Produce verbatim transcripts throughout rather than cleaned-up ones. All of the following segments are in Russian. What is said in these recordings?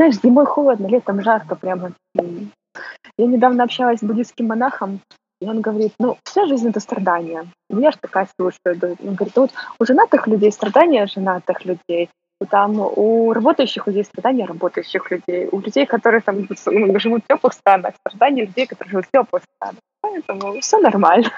знаешь, зимой холодно, летом жарко прямо. М. Я недавно общалась с буддийским монахом, и он говорит: "Ну, вся жизнь- это страдания". Ну, я ж такая слушаю, да. Он говорит: "Ну вот у женатых людей страдания женатых людей, и там у работающих людей страдания работающих людей, у людей, которые там с ну, живут в тёплых странах, страдания людей, которые живут в тёплых странах. Поэтому всё нормально".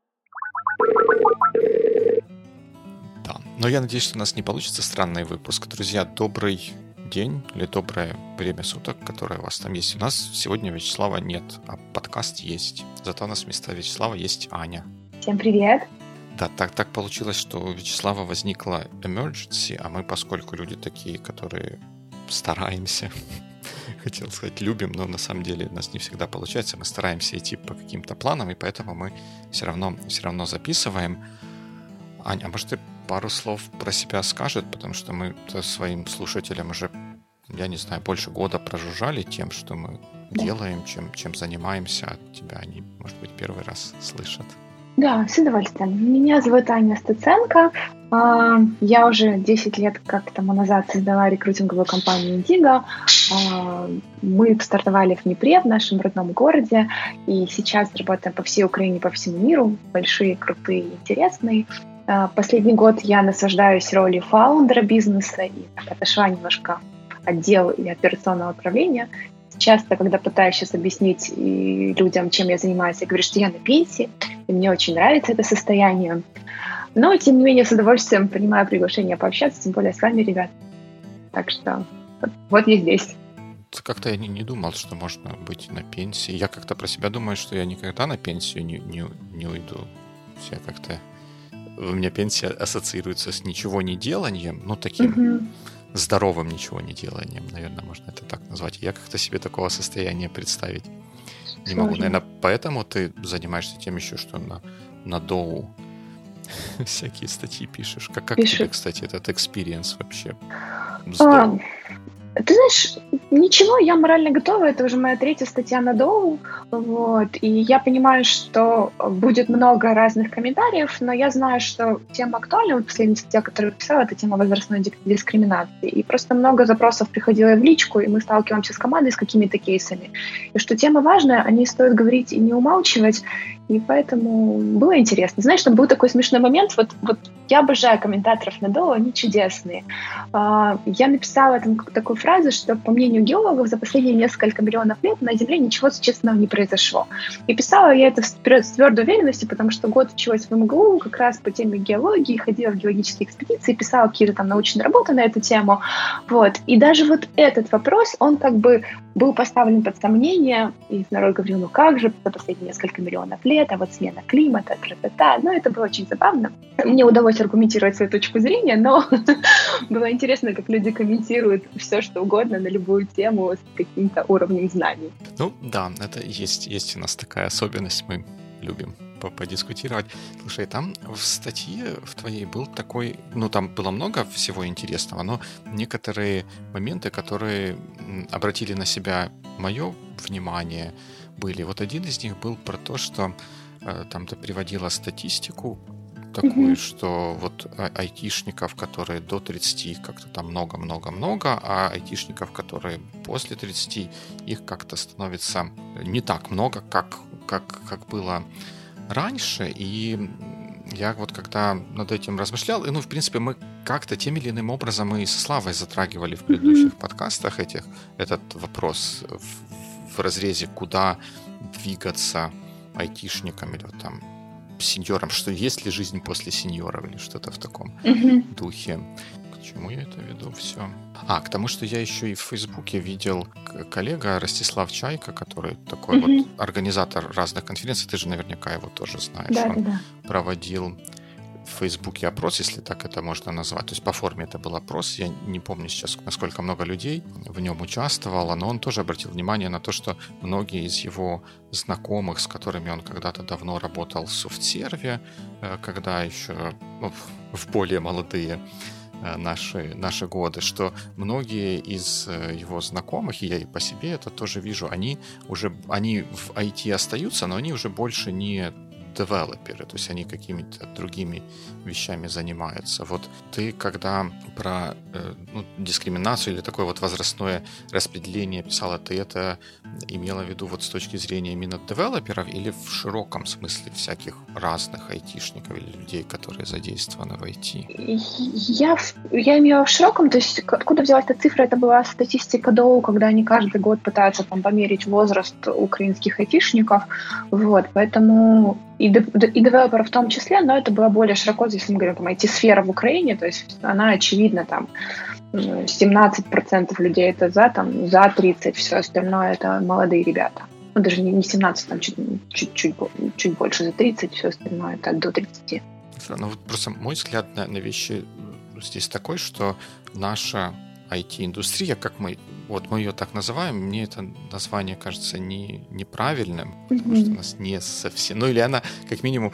Да, но я надеюсь, что у нас не получится странный выпуск. Друзья, добрый день или доброе время суток, которое у вас там есть. У нас сегодня Вячеслава нет, а подкаст есть. Зато у нас вместо Вячеслава есть Аня. Всем привет! Да, так, так получилось, что у Вячеслава возникла emergency, а мы, поскольку люди такие, которые стараемся, хотел сказать, любим, но на самом деле у нас не всегда получается, мы стараемся идти по каким-то планам, и поэтому мы все равно, все равно записываем. Аня, а может ты пару слов про себя скажет, потому что мы своим слушателям уже, я не знаю, больше года прожужжали тем, что мы Да. делаем, чем, чем занимаемся. От тебя они, может быть, первый раз слышат. Да, с удовольствием. Меня зовут Аня Стеценко. А, Я уже десять лет как тому назад создала рекрутинговую компанию Indigo. А, Мы стартовали в Днепре, в нашем родном городе, и сейчас работаем по всей Украине, по всему миру. Большие, крутые, интересные. А, Последний год я наслаждаюсь ролью фаундера бизнеса и так отошла немножко от дел и операционного управления. Часто, когда пытаюсь сейчас объяснить и людям, чем я занимаюсь, я говорю, что я на пенсии, и мне очень нравится это состояние. Но, тем не менее, с удовольствием принимаю приглашение пообщаться, тем более с вами, ребят. Так что вот, вот я здесь. Как-то я не, не думал, что можно быть на пенсии. Я как-то про себя думаю, что я никогда на пенсию не, не, не уйду. Я как-то... У меня пенсия ассоциируется с ничего не деланием, ну, таким... Мгм. здоровым ничего не деланием, наверное, можно это так назвать. Я как-то себе такого состояния представить не могу. Сложно. Наверное, поэтому ты занимаешься тем еще, что на, на доу всякие статьи пишешь. Как, как Пишу. тебе, кстати, этот экспириенс вообще с А, доу? Ты знаешь, ничего, я морально готова. Это уже моя третья статья на Доу. Вот. И я понимаю, что будет много разных комментариев, но я знаю, что тема актуальна. Вот последняя статья, которую я писала, это тема возрастной дик- дискриминации. И просто много запросов приходило в личку, и мы сталкиваемся с командой с какими-то кейсами. И что тема важная, о ней стоит говорить и не умалчивать. И поэтому было интересно. Знаешь, там был такой смешной момент. Вот, вот я обожаю комментаторов на Доу, они чудесные. А, Я написала там к- такую фразу, что, по мнению геологов, за последние несколько миллионов лет на Земле ничего существенного не произошло. И писала я это с твердой с твердой уверенностью, потому что год училась в эм гэ у как раз по теме геологии, ходила в геологические экспедиции, писала какие-то там научные работы на эту тему. Вот. И даже вот этот вопрос, он как бы был поставлен под сомнение, и народ говорил, ну как же, за последние несколько миллионов лет, а вот смена климата, тра-та-та. Ну, это было очень забавно. Мне удалось аргументировать свою точку зрения, но было интересно, как люди комментируют все, что угодно на любую тему с каким-то уровнем знаний. Ну, да, это есть, есть у нас такая особенность, мы любим по- подискутировать. Слушай, там в статье в твоей был такой, ну, там было много всего интересного, но некоторые моменты, которые м, обратили на себя мое внимание, были. Вот один из них был про то, что э, там ты приводила статистику такую, Мгм. что вот а- айтишников, которые до тридцати, как-то там много-много-много, а айтишников, которые после тридцати, их как-то становится не так много, как, как, как было раньше. И я вот когда над этим размышлял, и, ну, в принципе, мы как-то тем или иным образом и со Славой затрагивали в предыдущих Мгм. подкастах этих, этот вопрос в, в разрезе, куда двигаться айтишникам или вот там сеньорам, что есть ли жизнь после сеньоров или что-то в таком Мгм. духе. К чему я это веду? Все. А, к тому, что я еще и в Фейсбуке видел к- коллега Ростислав Чайка, который такой Мгм. вот организатор разных конференций, ты же наверняка его тоже знаешь, Да, он да, да. проводил в Фейсбуке опрос, если так это можно назвать. То есть по форме это был опрос. Я не помню сейчас, насколько много людей в нем участвовало, но он тоже обратил внимание на то, что многие из его знакомых, с которыми он когда-то давно работал в софтсерве, э, когда еще ну, в в более молодые э, наши, наши годы, что многие из э, его знакомых, и я и по себе это тоже вижу, они уже они в ай ти остаются, но они уже больше не девелоперы, то есть они какими-то другими вещами занимаются. Вот ты, когда про ну, дискриминацию или такое вот возрастное распределение писала, ты это имела в виду вот с точки зрения именно девелоперов или в широком смысле всяких разных айтишников или людей, которые задействованы в ай ти? Я, я имею в широком, то есть откуда взялась эта цифра, это была статистика Доу, когда они каждый год пытаются там померить возраст украинских айтишников, вот, поэтому и, и девелоперов в том числе, но это было более широко, если мы говорим, там, ай ти-сфера в Украине, то есть она, очевидно, там, семнадцать процентов людей это за, там, за тридцать, все остальное это молодые ребята. Ну, даже не семнадцать, там, чуть, чуть, чуть, чуть больше за тридцать, все остальное это до тридцати. Ну, вот просто мой взгляд на, на вещи здесь такой, что наша ай ти-индустрия, как мы, вот мы ее так называем, мне это название кажется не, неправильным, потому mm-hmm. что у нас не совсем, ну или она как минимум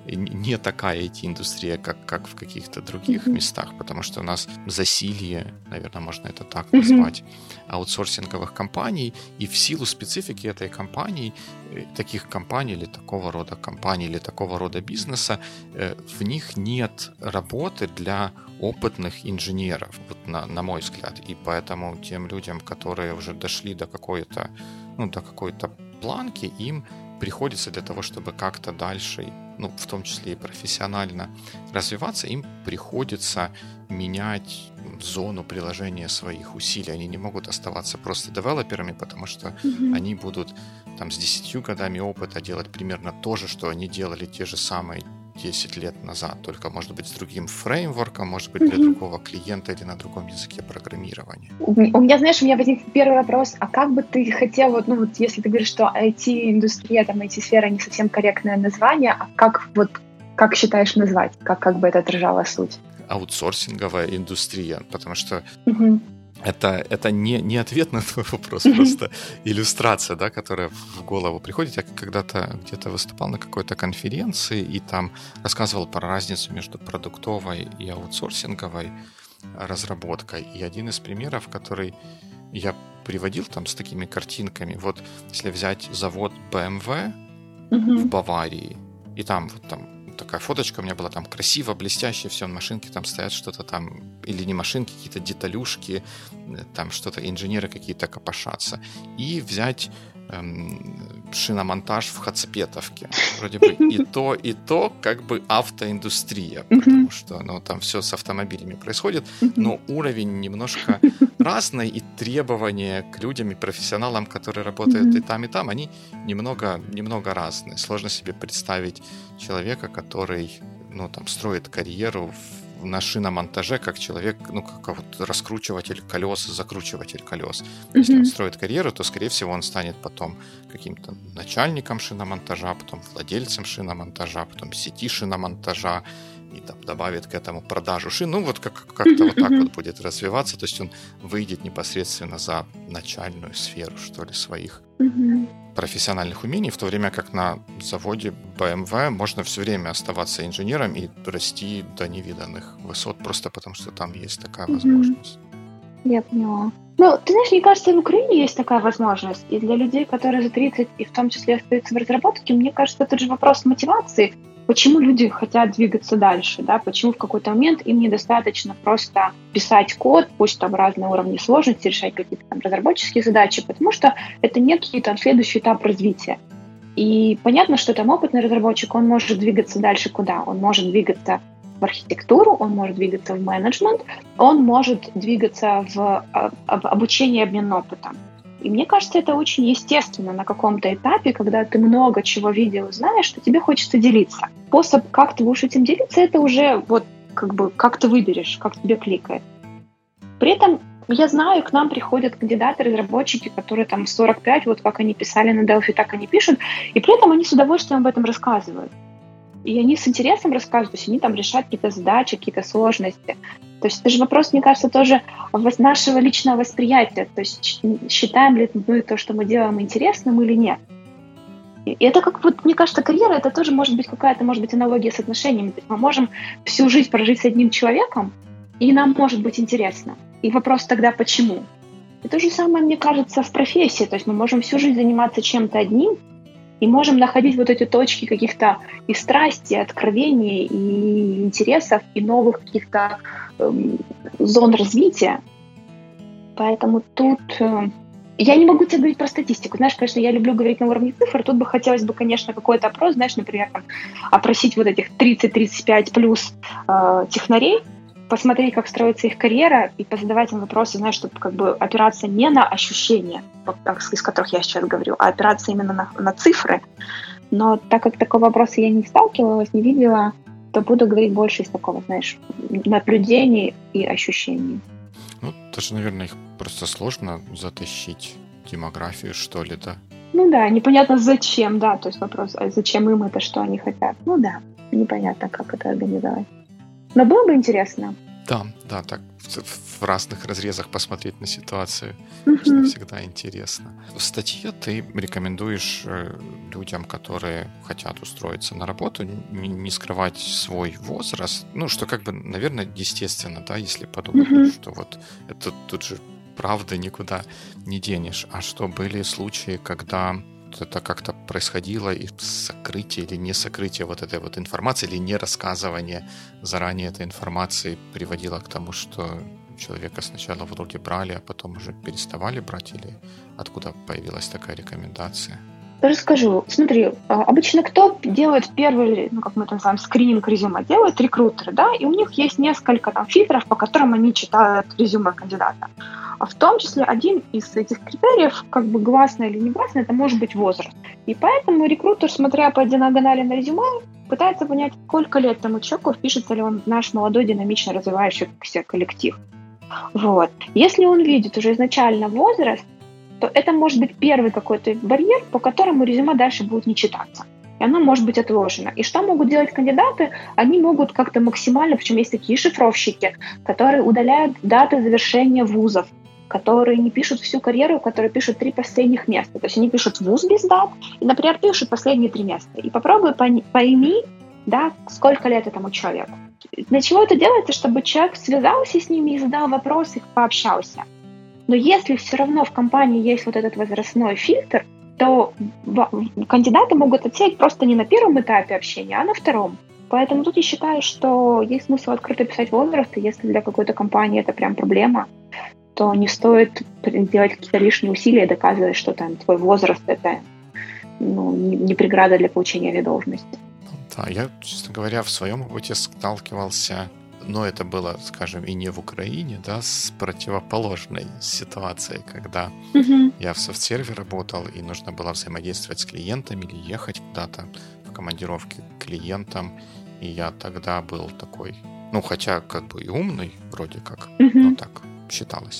не такая ай ти-индустрия, как, как в каких-то других mm-hmm. местах, потому что у нас засилье, наверное, можно это так mm-hmm. назвать, аутсорсинговых компаний, и в силу специфики этой компании, таких компаний или такого рода компаний или такого рода бизнеса, в них нет работы для опытных инженеров, вот на, на мой взгляд. И поэтому тем людям, которые уже дошли до какой-то, ну, до какой-то планки, им приходится для того, чтобы как-то дальше, ну, в том числе и профессионально развиваться, им приходится менять зону приложения своих усилий. Они не могут оставаться просто девелоперами, потому что mm-hmm. они будут там с десятью годами опыта делать примерно то же, что они делали те же самые десять лет назад, только, может быть, с другим фреймворком, может быть, для mm-hmm. другого клиента или на другом языке программирования. У меня, знаешь, у меня возник первый вопрос, а как бы ты хотел, вот, ну, вот, если ты говоришь, что ай ти-индустрия, там, ай ти-сфера не совсем корректное название, а как, вот, как считаешь назвать, как, как бы это отражало суть? Аутсорсинговая индустрия, потому что mm-hmm. Это, это не, не ответ на твой вопрос, mm-hmm. просто иллюстрация, да, которая в голову приходит. Я когда-то где-то выступал на какой-то конференции и там рассказывал про разницу между продуктовой и аутсорсинговой разработкой. И один из примеров, который я приводил там с такими картинками, вот если взять завод бэ эм вэ mm-hmm. в Баварии, и там вот там такая фоточка у меня была, там красиво, блестяще, все, машинки там стоят, что-то там, или не машинки, какие-то деталюшки, там что-то, инженеры какие-то копошатся. И взять эм, шиномонтаж в Хацапетовке. Вроде бы и то, и то, как бы автоиндустрия, потому что ну, там все с автомобилями происходит, но уровень немножко разный, и требования к людям и профессионалам, которые работают и там, и там, они немного, немного разные. Сложно себе представить человека, который ну, там, строит карьеру в, на шиномонтаже, как человек, ну, как вот раскручиватель колес, закручиватель колес. Mm-hmm. Если он строит карьеру, то, скорее всего, он станет потом каким-то начальником шиномонтажа, потом владельцем шиномонтажа, потом сети шиномонтажа, и там добавит к этому продажу шин. Ну, вот как- как-то mm-hmm. вот так вот будет развиваться. То есть он выйдет непосредственно за начальную сферу, что ли, своих mm-hmm. профессиональных умений, в то время как на заводе бэ эм вэ можно все время оставаться инженером и расти до невиданных высот, просто потому что там есть такая mm-hmm. возможность. Я поняла. Ну, ты знаешь, мне кажется, в Украине есть такая возможность. И для людей, которые за тридцать, и в том числе остаются в разработке, мне кажется, это же вопрос мотивации. Почему люди хотят двигаться дальше, да? Почему в какой-то момент им недостаточно просто писать код, пусть там разные уровни сложности, решать какие-то там разработческие задачи, потому что это некий там следующий этап развития. И понятно, что там опытный разработчик, он может двигаться дальше куда? Он может двигаться в архитектуру, он может двигаться в менеджмент, он может двигаться в обучение и обмен опытом. И мне кажется, это очень естественно на каком-то этапе, когда ты много чего видел и знаешь, что тебе хочется делиться. Способ, как ты будешь этим делиться, это уже вот как бы как ты выберешь, как тебе кликает. При этом я знаю, к нам приходят кандидаты, разработчики, которые там сорок пять, вот как они писали на Delphi, так они пишут, и при этом они с удовольствием об этом рассказывают. И они с интересом рассказывают, то есть они там решают какие-то задачи, какие-то сложности. То есть это же вопрос, мне кажется, тоже нашего личного восприятия. То есть считаем ли мы то, что мы делаем, интересным или нет. И это как вот, мне кажется, карьера, это тоже может быть какая-то, может быть, аналогия с отношениями. То есть мы можем всю жизнь прожить с одним человеком, и нам может быть интересно. И вопрос тогда, почему? И то же самое, мне кажется, в профессии. То есть мы можем всю жизнь заниматься чем-то одним, и можем находить вот эти точки каких-то и страсти, и откровений, и интересов, и новых каких-то эм, зон развития. Поэтому тут... Э, я не могу тебе говорить про статистику. Знаешь, конечно, я люблю говорить на уровне цифр. Тут бы хотелось бы, конечно, какой-то опрос, знаешь, например, там, опросить вот этих тридцать-тридцать пять плюс э, технарей, посмотреть, как строится их карьера, и позадавать им вопросы, знаешь, чтобы как бы опираться не на ощущения, из которых я сейчас говорю, а опираться именно на, на цифры. Но так как такого вопроса я не сталкивалась, не видела, то буду говорить больше из такого, знаешь, наблюдений и ощущений. Ну, даже, наверное, их просто сложно затащить, демографию, что ли, да? Ну да, непонятно зачем, да, то есть вопрос, а зачем им это, что они хотят. Ну да, непонятно, как это организовать. Но было бы интересно. Да, да, так в, в разных разрезах посмотреть на ситуацию, uh-huh. что всегда интересно. В статье ты рекомендуешь э, людям, которые хотят устроиться на работу, не, не скрывать свой возраст, ну, что как бы, наверное, естественно, да, если подумать, uh-huh. что вот это тут же правда никуда не денешь. А что были случаи, когда это как-то происходило, и сокрытие или не сокрытие вот этой вот информации, или не рассказывание заранее этой информации приводило к тому, что человека сначала вроде брали, а потом уже переставали брать, или откуда появилась такая рекомендация? Расскажу. Смотри, обычно кто делает первый, ну, как мы это называем, скрининг резюме, делают рекрутеры, да, и у них есть несколько там фильтров, по которым они читают резюме кандидата. А в том числе один из этих критериев, как бы гласно или негласно, это может быть возраст. И поэтому рекрутер, смотря по диагонали на резюме, пытается понять, сколько лет тому человеку, впишется ли он в наш молодой, динамично развивающийся коллектив. Вот. Если он видит уже изначально возраст, то это может быть первый какой-то барьер, по которому резюме дальше будет не читаться. И оно может быть отложено. И что могут делать кандидаты? Они могут как-то максимально, причем есть такие шифровщики, которые удаляют даты завершения вузов, которые не пишут всю карьеру, которые пишут три последних места. То есть они пишут вуз без дат и, например, пишут последние три места. И попробуй пойми, да, сколько лет этому человеку. Для чего это делается? Чтобы человек связался с ними и задал вопрос, их пообщался. Но если все равно в компании есть вот этот возрастной фильтр, то кандидаты могут отсеять просто не на первом этапе общения, а на втором. Поэтому тут я считаю, что есть смысл открыто писать возраст, и если для какой-то компании это прям проблема, то не стоит делать какие-то лишние усилия и доказывать, что там твой возраст — это ну, не преграда для получения этой должности. Да, я, честно говоря, в своем опыте сталкивался, но это было, скажем, и не в Украине, да, с противоположной ситуацией, когда uh-huh. я в софт-серве работал, и нужно было взаимодействовать с клиентами или ехать куда-то в командировке к клиентам, и я тогда был такой, ну, хотя как бы и умный, вроде как, uh-huh. но так считалось.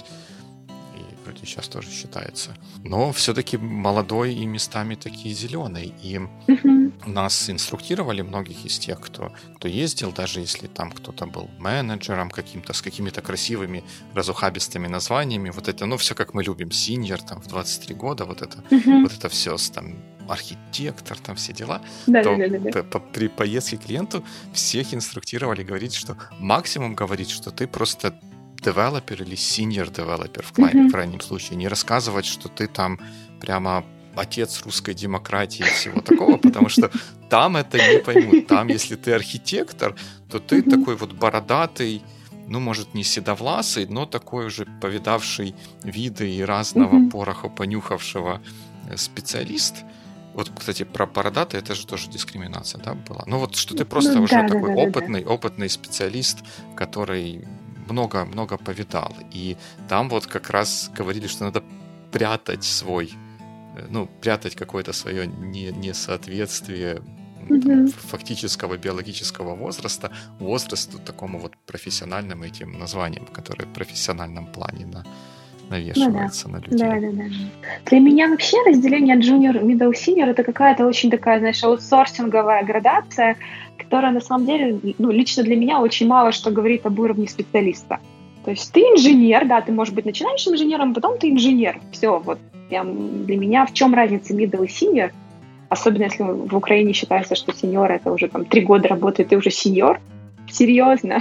И вроде сейчас тоже считается. Но все-таки молодой и местами такие зеленые. И uh-huh. нас инструктировали, многих из тех, кто, кто ездил, даже если там кто-то был менеджером каким-то, с какими-то красивыми разухабистыми названиями. Вот это, ну, все как мы любим. Синьор там в двадцать три года, вот это, uh-huh. вот это все, там, архитектор, там все дела. Да, то да, да, да. По, по, при поездке к клиенту всех инструктировали говорить, что максимум говорить, что ты просто девелопер или senior девелопер в крайнем, uh-huh. в крайнем случае. Не рассказывать, что ты там прямо отец русской демократии и всего такого, потому что там это не поймут. Там, если ты архитектор, то ты uh-huh. такой вот бородатый, ну, может, не седовласый, но такой уже повидавший виды и разного uh-huh. пороха понюхавшего специалист. Вот, кстати, про бородатый, это же тоже дискриминация, да, была? Ну, вот что ты просто ну, уже да, такой да, опытный, да. опытный специалист, который много-много повидал. И там вот как раз говорили, что надо прятать свой, ну, прятать какое-то свое не, несоответствие mm-hmm. там, фактического биологического возраста возрасту такому вот профессиональным этим названием, которое в профессиональном плане на, навешивается ну, да. на людей. Да, да, да. Для меня вообще разделение junior, middle, senior — это какая-то очень такая, знаешь, аутсорсинговая градация, которая на самом деле, ну, лично для меня очень мало что говорит об уровне специалиста. То есть ты инженер, да, ты, может быть, начинаешь инженером, потом ты инженер. Все, вот прям для меня в чем разница middle и senior? Особенно если в Украине считается, что сеньор — это уже там три года работает, ты уже сеньор. Серьезно?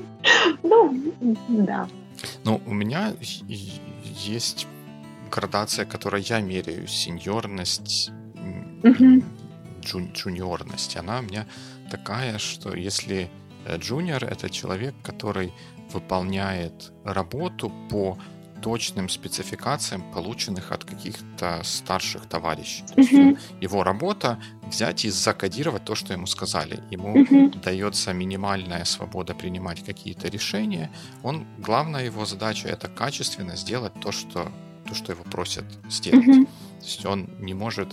Ну, да. Ну, у меня есть градация, которой я меряю сеньорность uh-huh. джун, джуниорность. Она у меня такая, что если джуниор — это человек, который выполняет работу по точным спецификациям, полученных от каких-то старших товарищей. То есть uh-huh. его работа взять и закодировать то, что ему сказали. Ему uh-huh. дается минимальная свобода принимать какие-то решения. Он, главная его задача — это качественно сделать то, что, то, что его просят сделать. Uh-huh. То есть он не может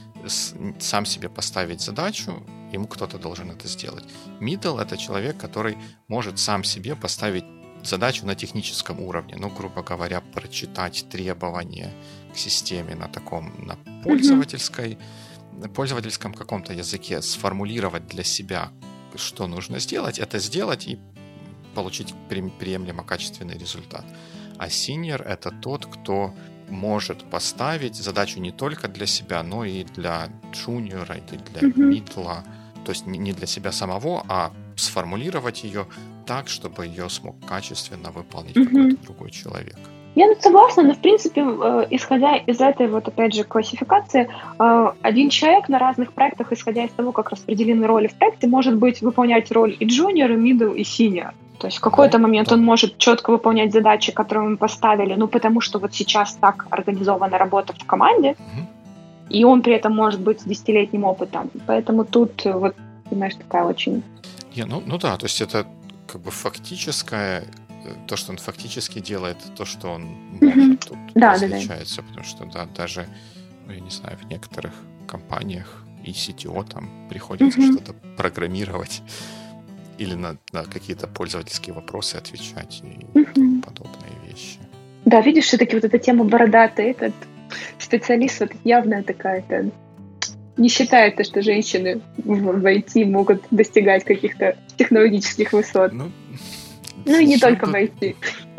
сам себе поставить задачу, ему кто-то должен это сделать. Middle — это человек, который может сам себе поставить задачу на техническом уровне, ну, грубо говоря, прочитать требования к системе на таком, на пользовательской, на пользовательском каком-то языке, сформулировать для себя, что нужно сделать, это сделать и получить приемлемо качественный результат. А senior — это тот, кто может поставить задачу не только для себя, но и для джуниора, и для мидла, то есть не для себя самого, а сформулировать ее так, чтобы ее смог качественно выполнить uh-huh. какой-то другой человек. Я согласна, но в принципе, исходя из этой вот опять же классификации, один человек на разных проектах, исходя из того, как распределены роли в проекте, может быть выполнять роль и джуниор, и middle, и senior. То есть в какой-то да, момент да. он может четко выполнять задачи, которые мы поставили, ну потому что вот сейчас так организована работа в команде, uh-huh. и он при этом может быть с десятилетним опытом. Поэтому тут вот, понимаешь, такая очень... Yeah, ну, ну да, то есть это как бы фактическое, то, что он фактически делает, то, что он может, mm-hmm. тут да, различается, да, да. потому что да, даже, ну, я не знаю, в некоторых компаниях и си ти о там приходится mm-hmm. что-то программировать или на, на какие-то пользовательские вопросы отвечать и mm-hmm. подобные вещи. Да, видишь, все-таки вот эта тема бородатый, этот специалист вот явная такая-то. Не считает то, что женщины в ай ти могут достигать каких-то технологических высот. Ну, ну и не только в ай ти.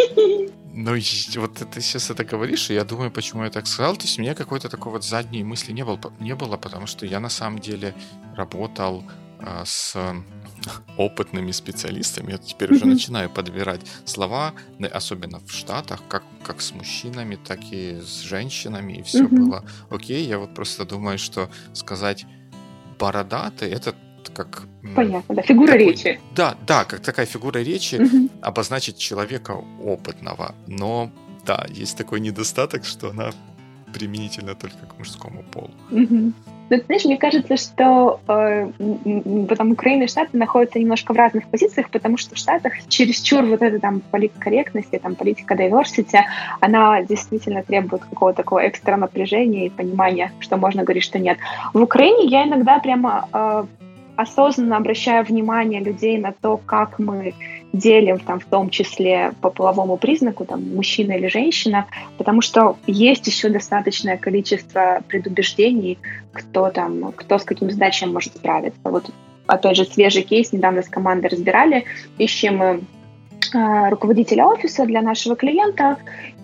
Ну, вот ты сейчас это говоришь, и я думаю, почему я так сказал. То есть у меня какой-то такой вот задней мысли не было, не было, потому что я на самом деле работал а, с опытными специалистами. Я теперь mm-hmm. уже начинаю подбирать слова, особенно в Штатах, как, как с мужчинами, так и с женщинами, и все mm-hmm. было окей. Я вот просто думаю, что сказать бородатый — это как... Понятно, да, фигура такой, речи. Да, да, как такая фигура речи mm-hmm. обозначить человека опытного. Но, да, есть такой недостаток, что она применительно только к мужскому полу. Mm-hmm. Ну, знаешь, мне кажется, что э, потом Украина и Штаты находятся немножко в разных позициях, потому что в Штатах чересчур вот эта там политика корректности, там политика diversity, она действительно требует какого-то такого экстра напряжения и понимания, что можно говорить, что нет. В Украине я иногда прямо э, осознанно обращаю внимание людей на то, как мы делим, там, в том числе по половому признаку, там, мужчина или женщина, потому что есть еще достаточное количество предубеждений, кто там, кто с каким задачей может справиться. Вот, опять же, свежий кейс, недавно с командой разбирали, ищем э, руководителя офиса для нашего клиента,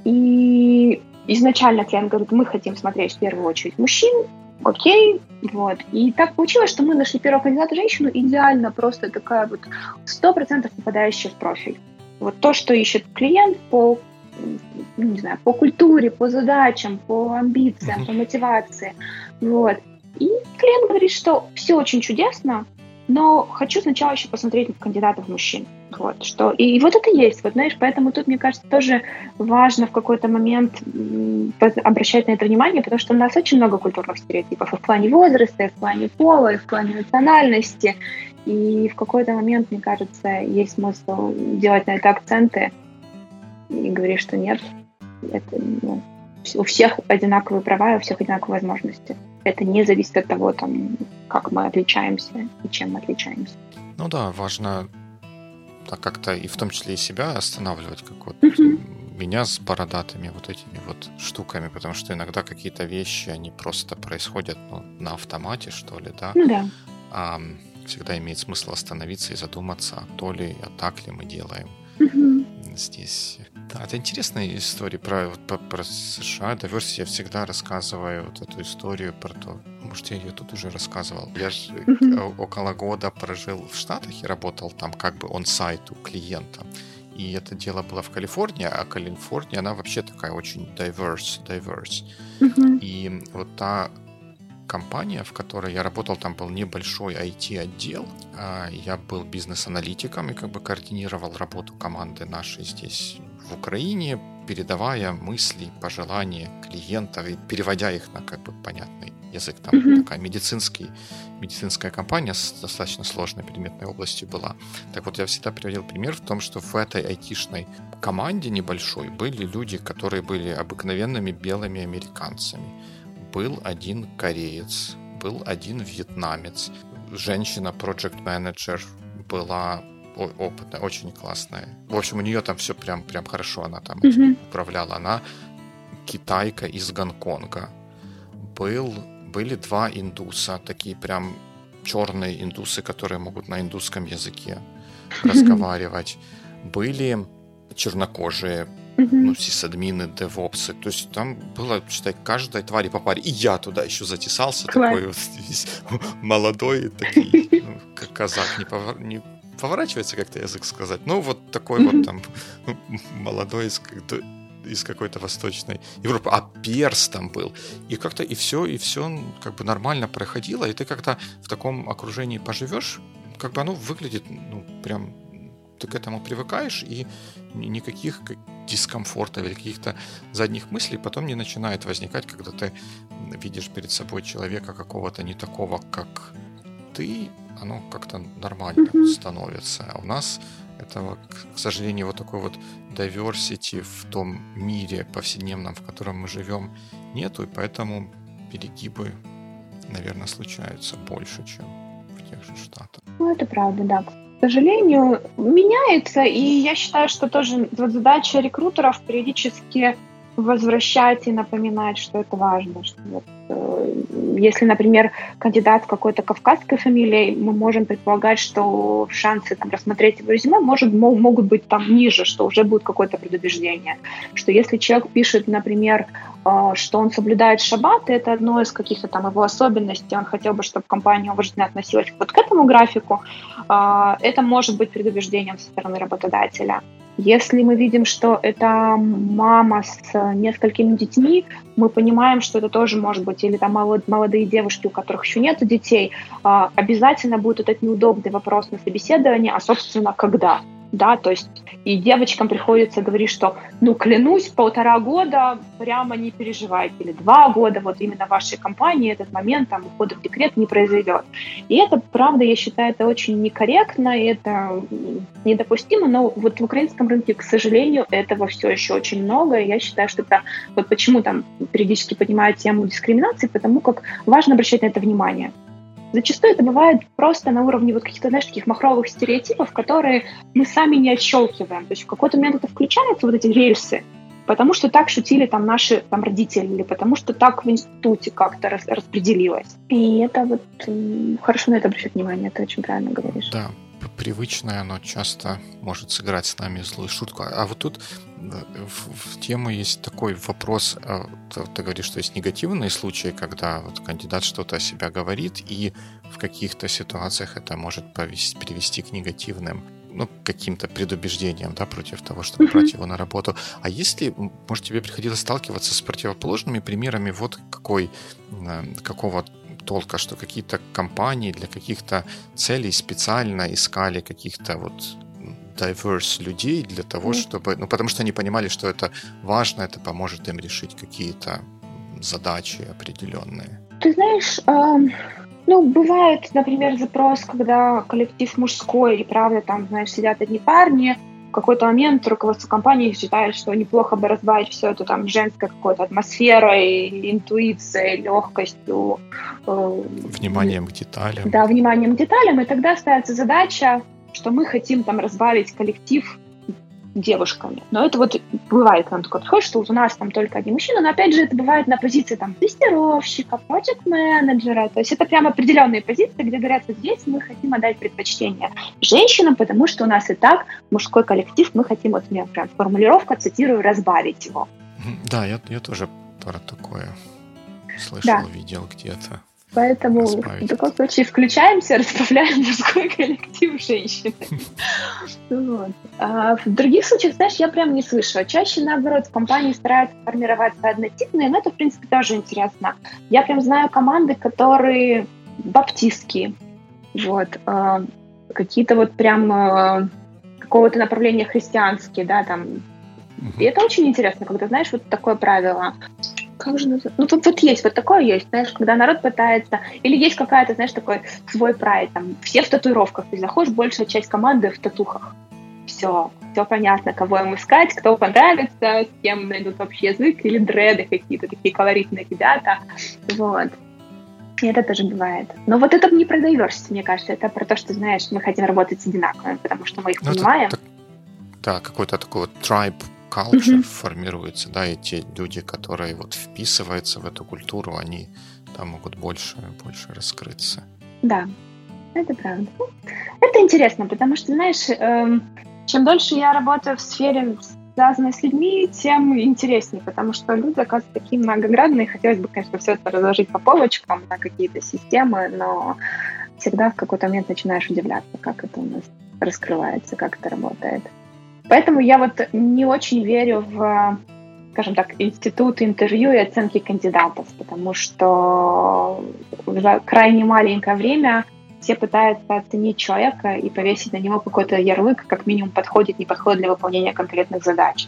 и изначально клиент говорит, мы хотим смотреть в первую очередь мужчин, окей, вот. И так получилось, что мы нашли первого кандидата женщину, идеально, просто такая вот сто процентов попадающая в профиль. Вот то, что ищет клиент по, ну, не знаю, по культуре, по задачам, по амбициям, по мотивации. Вот. И клиент говорит, что все очень чудесно, но хочу сначала еще посмотреть на кандидатов мужчин. Вот, что, и, и вот это есть, вот, знаешь, поэтому тут, мне кажется, тоже важно в какой-то момент м, обращать на это внимание, потому что у нас очень много культурных стереотипов и в плане возраста, и в плане пола, и в плане национальности, и в какой-то момент, мне кажется, есть смысл делать на это акценты и говорить, что нет, это, ну, у всех одинаковые права, и у всех одинаковые возможности. Это не зависит от того, там, как мы отличаемся и чем мы отличаемся. Ну да, важно так как-то и в том числе и себя останавливать, как вот uh-huh. меня с бородатыми вот этими вот штуками, потому что иногда какие-то вещи, они просто происходят, ну, на автомате, что ли, да? Ну да. А всегда имеет смысл остановиться и задуматься, а то ли, а так ли мы делаем uh-huh. здесь. Да, это интересная история про, вот, про, про США, Diversity. Я всегда рассказываю вот эту историю про то, может, я ее тут уже рассказывал. Я же uh-huh. около года прожил в Штатах и работал там как бы он-сайт у клиента. И это дело было в Калифорнии, а Калифорния, она вообще такая очень diverse, diverse. Uh-huh. И вот та компания, в которой я работал, там был небольшой ай ти-отдел. Я был бизнес-аналитиком и как бы координировал работу команды нашей здесь, в Украине, передавая мысли, пожелания клиентов и переводя их на как бы понятный язык. Там mm-hmm. такая медицинский, медицинская компания с достаточно сложной предметной областью была. Так вот, я всегда приводил пример в том, что в этой айтишной команде небольшой были люди, которые были обыкновенными белыми американцами. Был один кореец, был один вьетнамец, женщина, проект-менеджер была опытная, очень классная. В общем, у нее там все прям, прям хорошо, она там mm-hmm. управляла. Она китайка из Гонконга. Был, были два индуса, такие прям черные индусы, которые могут на индусском языке mm-hmm. разговаривать. Были чернокожие, mm-hmm. ну, сисадмины, девопсы. То есть там было, считай, каждой твари по паре. И я туда еще затесался, Класс. такой вот весь молодой, такой, ну, как казах, не, повор... не поворачивается как-то язык сказать. Ну, вот такой mm-hmm. вот там молодой из, из какой-то восточной Европы. А перс там был. И как-то и все, и все как бы нормально проходило. И ты как-то в таком окружении поживешь, как бы оно выглядит, ну, прям ты к этому привыкаешь, и никаких дискомфортов или каких-то задних мыслей потом не начинает возникать, когда ты видишь перед собой человека какого-то не такого, как ты, оно как-то нормально mm-hmm. становится. А у нас этого, к сожалению, вот такой вот diversity в том мире повседневном, в котором мы живем, нету, и поэтому перегибы, наверное, случаются больше, чем в тех же Штатах. Ну, это правда, да. К сожалению, меняется, и я считаю, что тоже вот задача рекрутеров периодически возвращать и напоминать, что это важно. Что вот, э, если, например, кандидат с какой-то кавказской фамилией, мы можем предполагать, что шансы там, рассмотреть его резюме может, могут быть там ниже, что уже будет какое-то предубеждение. Что если человек пишет, например, э, что он соблюдает шаббат, и это одно из каких-то там его особенностей, он хотел бы, чтобы компания уважительно относилась вот к этому графику, э, это может быть предубеждением со стороны работодателя. Если мы видим, что это мама с несколькими детьми, мы понимаем, что это тоже может быть, или там молодые девушки, у которых еще нет детей, обязательно будет этот неудобный вопрос на собеседовании, а, собственно, когда? Да, то есть и девочкам приходится говорить, что, ну, клянусь, полтора года прямо не переживайте, или два года вот именно в вашей компании этот момент там ухода в декрет не произойдет. И это, правда, я считаю, это очень некорректно, и это недопустимо, но вот в украинском рынке, к сожалению, этого все еще очень много, и я считаю, что это вот почему там периодически поднимают тему дискриминации, потому как важно обращать на это внимание. Зачастую это бывает просто на уровне вот каких-то, знаешь, таких махровых стереотипов, которые мы сами не отщелкиваем. То есть в какой-то момент это включаются, вот эти рельсы, потому что так шутили там наши там, родители, или потому что так в институте как-то рас- распределилось. И это вот хорошо на это обращать внимание, ты очень правильно говоришь. Да, привычное оно часто может сыграть с нами злую шутку. А вот тут в, в тему есть такой вопрос. Ты, ты говоришь, что есть негативные случаи, когда вот кандидат что-то о себя говорит, и в каких-то ситуациях это может повести, привести к негативным, ну, каким-то предубеждениям, да, против того, чтобы mm-hmm. брать его на работу. А если, может, тебе приходилось сталкиваться с противоположными примерами вот какой, какого толка, что какие-то компании для каких-то целей специально искали каких-то вот diverse людей для того, чтобы... Ну, потому что они понимали, что это важно, это поможет им решить какие-то задачи определенные. Ты знаешь, э, ну, бывает, например, запрос, когда коллектив мужской, и правда, там, знаешь, сидят одни парни, в какой-то момент руководство компании считает, что неплохо бы разбавить все это там женской какой-то атмосферой, интуицией, легкостью. Э, вниманием к деталям. Да, вниманием к деталям, и тогда ставится задача, что мы хотим там разбавить коллектив девушками. Но это вот бывает, когда такое приходит, что вот у нас там только одни мужчины, но опять же это бывает на позиции там тестировщика, проект-менеджера, то есть это прям определенные позиции, где говорят, вот здесь мы хотим отдать предпочтение женщинам, потому что у нас и так мужской коллектив, мы хотим, вот у меня прям формулировка, цитирую, разбавить его. Да, я, я тоже про такое слышал, да. Видел где-то. Поэтому Расправить. в таком случае включаемся, расправляем мужской коллектив женщины. Вот. А в других случаях, знаешь, я прям не слышу. Чаще, наоборот, компании стараются формироваться однотипные, но это, в принципе, тоже интересно. Я прям знаю команды, которые баптистские, вот, а, какие-то вот прям а, какого-то направления христианские, да, там. И это очень интересно, когда, знаешь, вот такое правило. Как же называется? Ну, вот, вот есть, вот такое есть, знаешь, когда народ пытается, или есть какая-то, знаешь, такой свой прайд, там, все в татуировках, ты заходишь, большая часть команды в татухах. Все, все понятно, кого им искать, кто понравится, с кем найдут общий язык, или дреды какие-то, такие колоритные ребята, вот. И это тоже бывает. Но вот это не про diversity, мне кажется, это про то, что, знаешь, мы хотим работать с одинаковыми, потому что мы их ну, понимаем. Это, да, какой-то такой вот tribe culture mm-hmm. формируется, да, и те люди, которые вот вписываются в эту культуру, они там могут больше, больше раскрыться. Да, это правда. Это интересно, потому что, знаешь, эм, чем дольше я работаю в сфере, связанной с людьми, тем интереснее, потому что люди, оказывается, такие многогранные, хотелось бы, конечно, все это разложить по полочкам на какие-то системы, но всегда в какой-то момент начинаешь удивляться, как это у нас раскрывается, как это работает. Поэтому я вот не очень верю в, скажем так, институт интервью и оценки кандидатов, потому что за крайне маленькое время все пытаются оценить человека и повесить на него какой-то ярлык, как минимум подходит, не подходит для выполнения конкретных задач.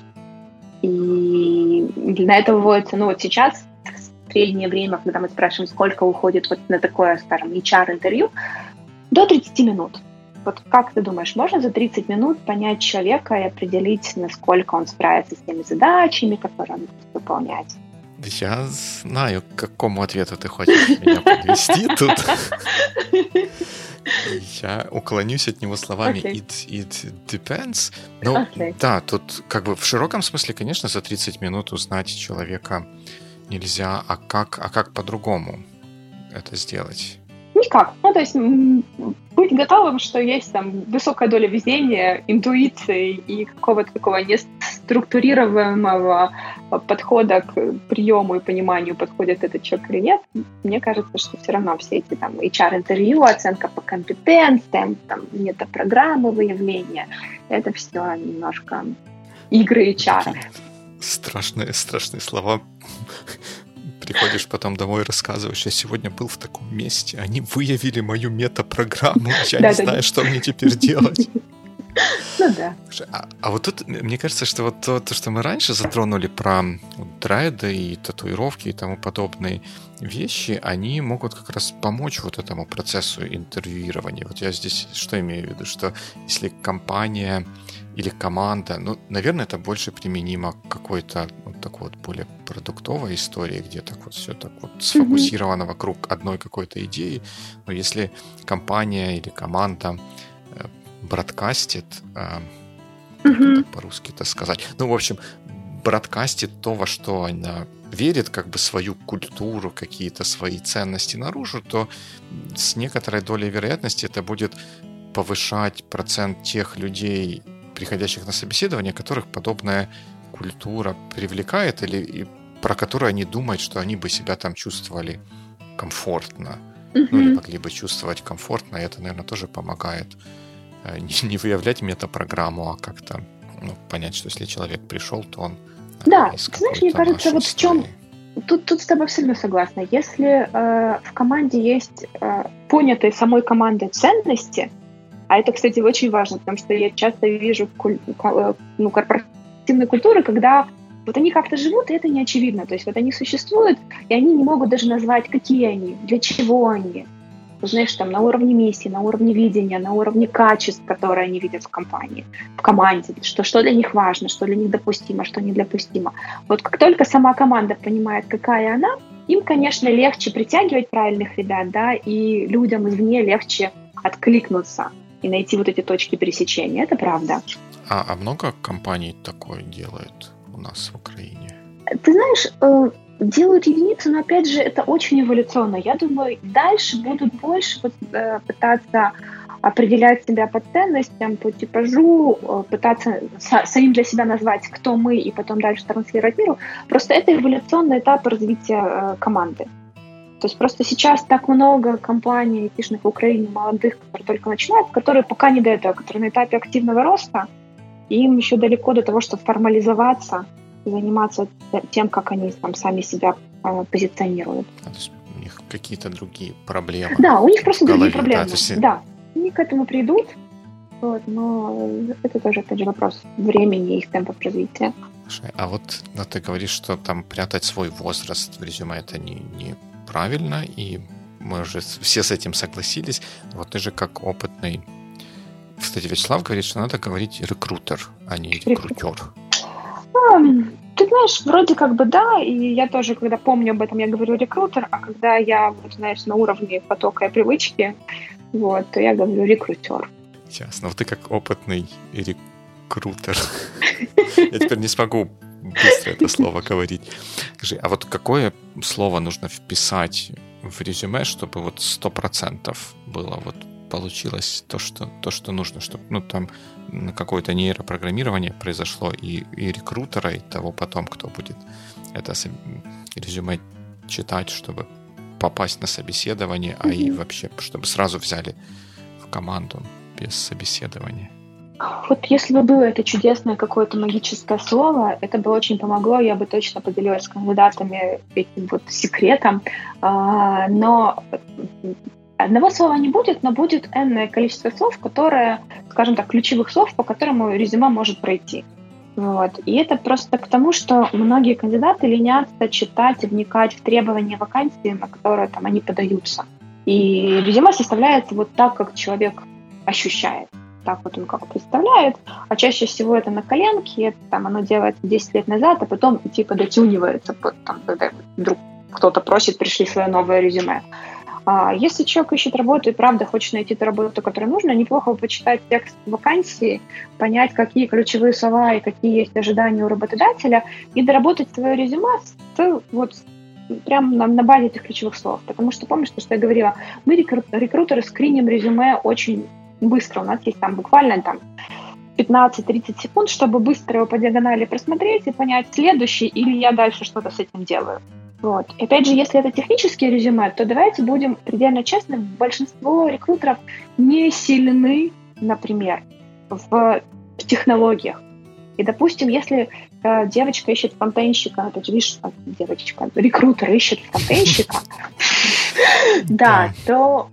И на это выводится, ну вот сейчас, в среднее время, когда мы спрашиваем, сколько уходит вот на такое, скажем, эйч ар-интервью, до тридцать минут. Вот как ты думаешь, можно за тридцать минут понять человека и определить, насколько он справится с теми задачами, которые он будет выполнять? Я знаю, к какому ответу ты хочешь меня подвести тут. Я уклонюсь от него словами okay. it, it depends. Ну, okay. да, тут как бы в широком смысле, конечно, за тридцать минут узнать человека нельзя, а как, а как по-другому это сделать? Никак. Ну, то есть быть готовым, что есть там высокая доля везения, интуиции и какого-то такого неструктурированного подхода к приему и пониманию, подходит этот человек или нет. Мне кажется, что все равно все эти там эйч ар-интервью, оценка по компетенциям, там метапрограммы выявления, это все немножко игры эйч ар. Страшные, страшные слова. Приходишь потом домой и рассказываешь, я сегодня был в таком месте, они выявили мою метапрограмму, я не знаю, что мне теперь делать. Ну да. А, а вот тут, мне кажется, что вот то, то, что мы раньше затронули про вот, дреды и татуировки и тому подобные вещи, они могут как раз помочь вот этому процессу интервьюирования. Вот я здесь что имею в виду, что если компания или команда, ну, наверное, это больше применимо к какой-то вот такой вот более продуктовой истории, где так вот все так вот сфокусировано mm-hmm. вокруг одной какой-то идеи. Но если компания или команда э, бродкастит, э, mm-hmm. как по-русски это сказать, ну, в общем, бродкастит то, во что она верит, как бы свою культуру, какие-то свои ценности наружу, то с некоторой долей вероятности это будет повышать процент тех людей, приходящих на собеседование, которых подобная культура привлекает или и про которую они думают, что они бы себя там чувствовали комфортно. Mm-hmm. Ну, или могли бы чувствовать комфортно, и это, наверное, тоже помогает не, не выявлять метапрограмму, а как-то ну, понять, что если человек пришел, то он да, знаешь, мне кажется, вот в чем... Тут, тут с тобой абсолютно согласна. Если э, в команде есть э, понятые самой командой ценности, а это, кстати, очень важно, потому что я часто вижу куль... ну, корпоративные культуры, когда вот они как-то живут, и это не очевидно. То есть вот они существуют, и они не могут даже назвать, какие они, для чего они. Знаешь, там на уровне миссии, на уровне видения, на уровне качеств, которые они видят в компании, в команде, что, что для них важно, что для них допустимо, что недопустимо. Вот как только сама команда понимает, какая она, им, конечно, легче притягивать правильных ребят, да, и людям извне легче откликнуться и найти вот эти точки пересечения. Это правда. А, а много компаний такое делают у нас в Украине? Ты знаешь, э, делают единицы, но, опять же, это очень эволюционно. Я думаю, дальше будут больше вот, э, пытаться определять себя по ценностям, по типажу, э, пытаться с- самим для себя назвать, кто мы, и потом дальше транслировать миру. Просто это эволюционный этап развития э, команды. То есть просто сейчас так много компаний айтишных в Украине, молодых, которые только начинают, которые пока не до этого, которые на этапе активного роста, и им еще далеко до того, чтобы формализоваться, заниматься тем, как они там сами себя э, позиционируют. А, то есть у них какие-то другие проблемы. Да, у них просто голове, другие проблемы. Да, есть... да, они к этому придут, вот, но это тоже, опять же, вопрос времени и их темпов развития. Слушай, а вот ну, ты говоришь, что там прятать свой возраст в резюме это не, не правильно, и мы уже все с этим согласились. Вот ты же как опытный... Кстати, Вячеслав говорит, что надо говорить рекрутер, а не рекрутер. А, ты знаешь, вроде как бы да, и я тоже, когда помню об этом, я говорю рекрутер, а когда я, вот, знаешь, на уровне потока и привычки, вот, то я говорю рекрутер. Ясно. Вот ты как опытный рекрутер. Я теперь не смогу быстро это слово говорить. Скажи, а вот какое слово нужно вписать в резюме, чтобы вот сто процентов было вот получилось то, что, то, что нужно, чтобы ну, там какое-то нейропрограммирование произошло и, и рекрутера, и того потом, кто будет это резюме читать, чтобы попасть на собеседование, а и вообще, чтобы сразу взяли в команду без собеседования. Вот если бы было это чудесное какое-то магическое слово, это бы очень помогло, я бы точно поделилась с кандидатами этим вот секретом, а, но одного слова не будет, но будет энное количество слов, которые, скажем так, ключевых слов, по которым резюме может пройти. Вот. И это просто к тому, что многие кандидаты ленятся читать и вникать в требования вакансии, на которые там они подаются. И резюме составляется вот так, как человек ощущает. Так вот он как представляет, а чаще всего это на коленке, это, там, оно делается десять лет назад, а потом типа дотюнивается, там, когда вдруг кто-то просит, пришли свое новое резюме. А если человек ищет работу и правда хочет найти ту работу, которую нужно, неплохо почитать текст вакансии, понять, какие ключевые слова и какие есть ожидания у работодателя, и доработать свое резюме с, вот, прямо на, на базе этих ключевых слов. Потому что, помнишь, что я говорила, мы, рекру- рекрутеры, скриним резюме очень быстро. У нас есть там буквально там пятнадцать-тридцать секунд, чтобы быстро его по диагонали просмотреть и понять, следующий или я дальше что-то с этим делаю. Вот. И опять же, если это технические резюме, то давайте будем предельно честны, большинство рекрутеров не сильны, например, в, в технологиях. И, допустим, если э, девочка ищет фронтенщика, опять же, видишь, девочка, рекрутер ищет фронтенщика, да, то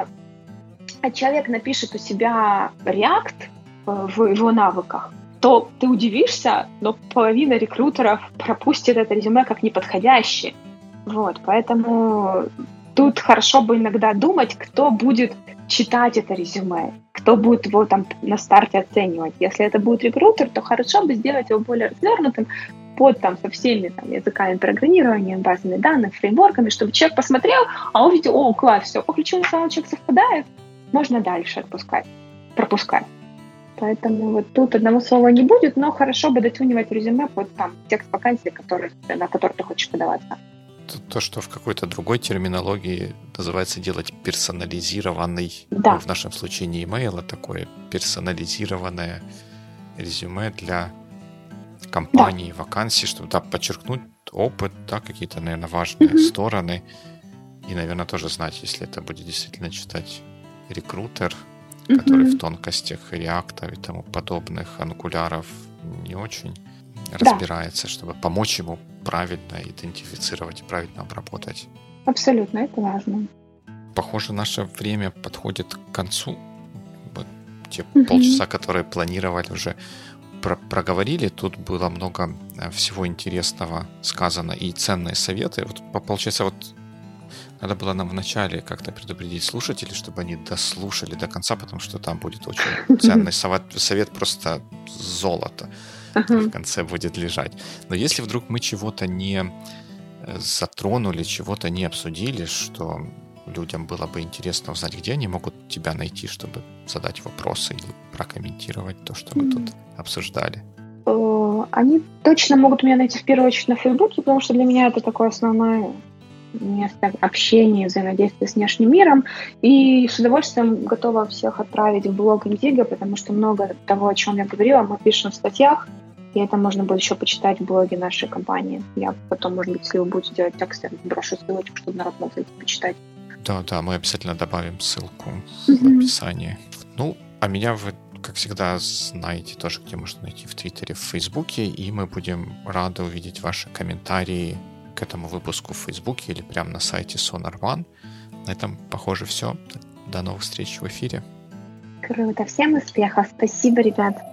а человек напишет у себя React в его навыках, то ты удивишься, но половина рекрутеров пропустит это резюме как неподходящее. Вот, поэтому тут хорошо бы иногда думать, кто будет читать это резюме, кто будет его там на старте оценивать. Если это будет рекрутер, то хорошо бы сделать его более развернутым под там со всеми там языками программирования, базами данных, фреймворками, чтобы человек посмотрел, а увидел, о, класс, все, по ключевым словам человек совпадает, можно дальше отпускать, пропускать. Поэтому вот тут одного слова не будет, но хорошо бы дотюнивать резюме под там текст вакансии, который, на который ты хочешь подаваться. То, что в какой-то другой терминологии называется делать персонализированный, да. в нашем случае не email, а такое персонализированное резюме для компании, да. вакансий, чтобы да, подчеркнуть опыт, да, какие-то, наверное, важные mm-hmm. стороны. И, наверное, тоже знать, если это будет действительно читать рекрутер, mm-hmm. который в тонкостях React и тому подобных ангуляров не очень да. разбирается, чтобы помочь ему правильно идентифицировать и правильно обработать. Абсолютно, это важно. Похоже, наше время подходит к концу. Вот те mm-hmm. полчаса, которые планировали, уже про- проговорили. Тут было много всего интересного сказано и ценные советы. Вот, получается, вот надо было нам вначале как-то предупредить слушателей, чтобы они дослушали до конца, потому что там будет очень ценный совет, совет просто золото. Uh-huh. В конце будет лежать. Но если вдруг мы чего-то не затронули, чего-то не обсудили, что людям было бы интересно узнать, где они могут тебя найти, чтобы задать вопросы или прокомментировать то, что мы mm-hmm. тут обсуждали? Они точно могут меня найти в первую очередь на Фейсбуке, потому что для меня это такое основное место общения, взаимодействия с внешним миром. И с удовольствием готова всех отправить в блог Индиго, потому что много того, о чем я говорила, мы пишем в статьях. И это можно будет еще почитать в блоге нашей компании. Я потом, может быть, если вы будете делать текст, я брошу ссылочку, чтобы народ мог зайти почитать. Да, да, мы обязательно добавим ссылку mm-hmm. в описании. Ну, а меня вы, как всегда, знаете тоже, где можно найти в Твиттере, в Фейсбуке, и мы будем рады увидеть ваши комментарии к этому выпуску в Фейсбуке или прямо на сайте Sonar One. На этом, похоже, все. До новых встреч в эфире. Круто. Всем успехов. Спасибо, ребят.